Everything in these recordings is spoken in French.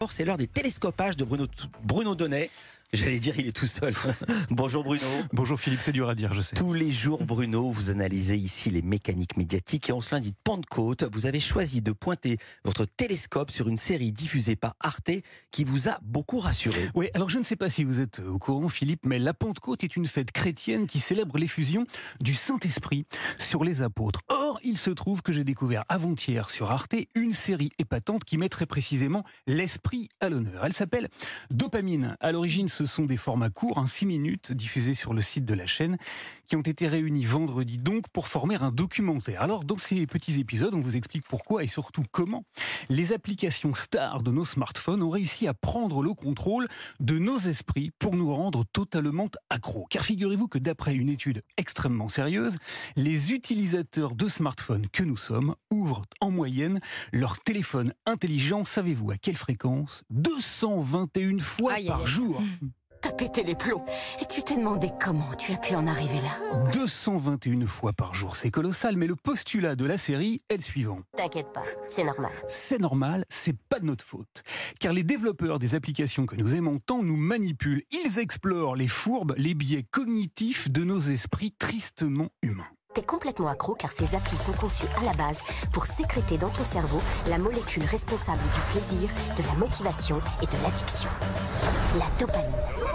C'est l'heure des télescopages de Bruno Donnet. J'allais dire, il est tout seul. Bonjour Bruno. Bonjour Philippe, c'est dur à dire, je sais. Tous les jours, Bruno, vous analysez ici les mécaniques médiatiques et en ce lundi de Pentecôte, vous avez choisi de pointer votre télescope sur une série diffusée par Arte qui vous a beaucoup rassuré. Oui, alors je ne sais pas si vous êtes au courant Philippe, mais la Pentecôte est une fête chrétienne qui célèbre l'effusion du Saint-Esprit sur les apôtres. Or, il se trouve que j'ai découvert avant-hier sur Arte une série épatante qui met très précisément l'esprit à l'honneur. Elle s'appelle Dopamine. À l'origine, ce sont des formats courts, 6 minutes, diffusés sur le site de la chaîne, qui ont été réunis vendredi donc pour former un documentaire. Alors, dans ces petits épisodes, on vous explique pourquoi et surtout comment les applications stars de nos smartphones ont réussi à prendre le contrôle de nos esprits pour nous rendre totalement accros. Car figurez-vous que d'après une étude extrêmement sérieuse, les utilisateurs de smartphones que nous sommes ouvrent en moyenne leur téléphone intelligent, savez-vous à quelle fréquence ? 221 fois par jour. T'as pété les plombs. Et tu t'es demandé comment tu as pu en arriver là. 221 fois par jour, c'est colossal, mais le postulat de la série est le suivant. T'inquiète pas, c'est normal. C'est normal, c'est pas de notre faute. Car les développeurs des applications que nous aimons tant nous manipulent. Ils explorent les fourbes, les biais cognitifs de nos esprits tristement humains. T'es complètement accro car ces applis sont conçues à la base pour sécréter dans ton cerveau la molécule responsable du plaisir, de la motivation et de l'addiction. La dopamine.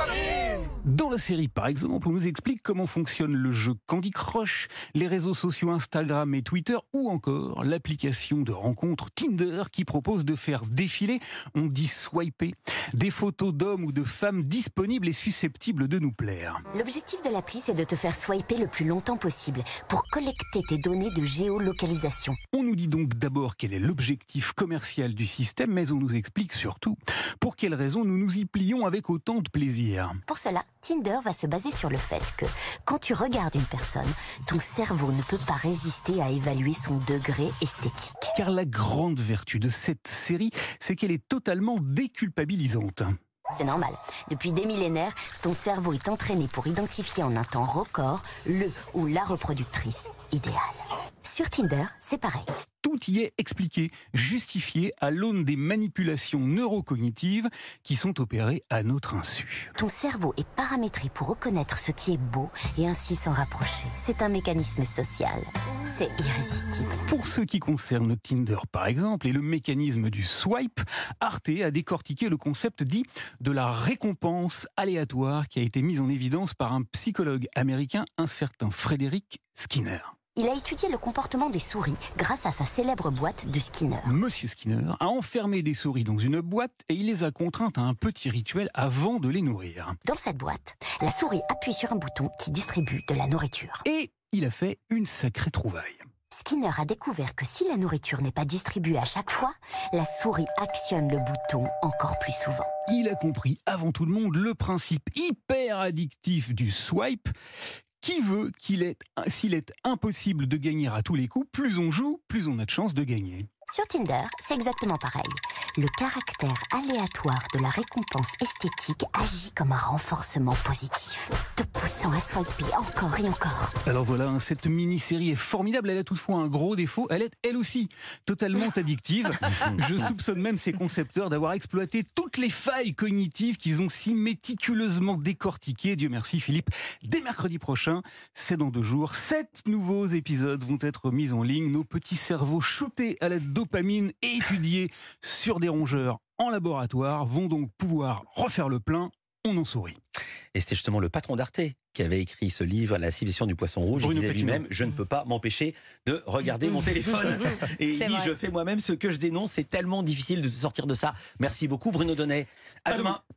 Dans la série, par exemple, on nous explique comment fonctionne le jeu Candy Crush, les réseaux sociaux Instagram et Twitter, ou encore l'application de rencontre Tinder qui propose de faire défiler, on dit swiper, des photos d'hommes ou de femmes disponibles et susceptibles de nous plaire. L'objectif de l'appli, c'est de te faire swiper le plus longtemps possible pour collecter tes données de géolocalisation. On nous dit donc d'abord quel est l'objectif commercial du système, mais on nous explique surtout pour quelles raisons nous nous y plions avec autant de plaisir. Pour cela, Tinder va se baser sur le fait que, quand tu regardes une personne, ton cerveau ne peut pas résister à évaluer son degré esthétique. Car la grande vertu de cette série, c'est qu'elle est totalement déculpabilisante. C'est normal. Depuis des millénaires, ton cerveau est entraîné pour identifier en un temps record le ou la reproductrice idéale. Sur Tinder, c'est pareil. Tout y est expliqué, justifié à l'aune des manipulations neurocognitives qui sont opérées à notre insu. Ton cerveau est paramétré pour reconnaître ce qui est beau et ainsi s'en rapprocher. C'est un mécanisme social. C'est irrésistible. Pour ce qui concerne Tinder, par exemple, et le mécanisme du swipe, Arte a décortiqué le concept dit de la récompense aléatoire qui a été mise en évidence par un psychologue américain, un certain Frédéric Skinner. Il a étudié le comportement des souris grâce à sa célèbre boîte de Skinner. Monsieur Skinner a enfermé des souris dans une boîte et il les a contraintes à un petit rituel avant de les nourrir. Dans cette boîte, la souris appuie sur un bouton qui distribue de la nourriture. Et il a fait une sacrée trouvaille. Skinner a découvert que si la nourriture n'est pas distribuée à chaque fois, la souris actionne le bouton encore plus souvent. Il a compris avant tout le monde le principe hyper addictif du swipe. Qui veut s'il est impossible de gagner à tous les coups, plus on joue, plus on a de chances de gagner. Sur Tinder, c'est exactement pareil. Le caractère aléatoire de la récompense esthétique agit comme un renforcement positif, te poussant à swiper encore et encore. Alors voilà, cette mini-série est formidable, elle a toutefois un gros défaut, elle est elle aussi totalement addictive. Je soupçonne même ses concepteurs d'avoir exploité toutes les failles cognitives qu'ils ont si méticuleusement décortiquées. Dieu merci Philippe, dès mercredi prochain, c'est dans 2 jours, 7 nouveaux épisodes vont être mis en ligne. Nos petits cerveaux shootés à la dopamine et étudiés sur des rongeurs en laboratoire vont donc pouvoir refaire le plein. On en sourit. Et c'était justement le patron d'Arte qui avait écrit ce livre, La civilisation du poisson rouge. Bruno Il disait Pétino. lui-même, je ne peux pas m'empêcher de regarder mon téléphone. Et il dit, je fais moi-même ce que je dénonce. C'est tellement difficile de se sortir de ça. Merci beaucoup Bruno Donnet. À demain.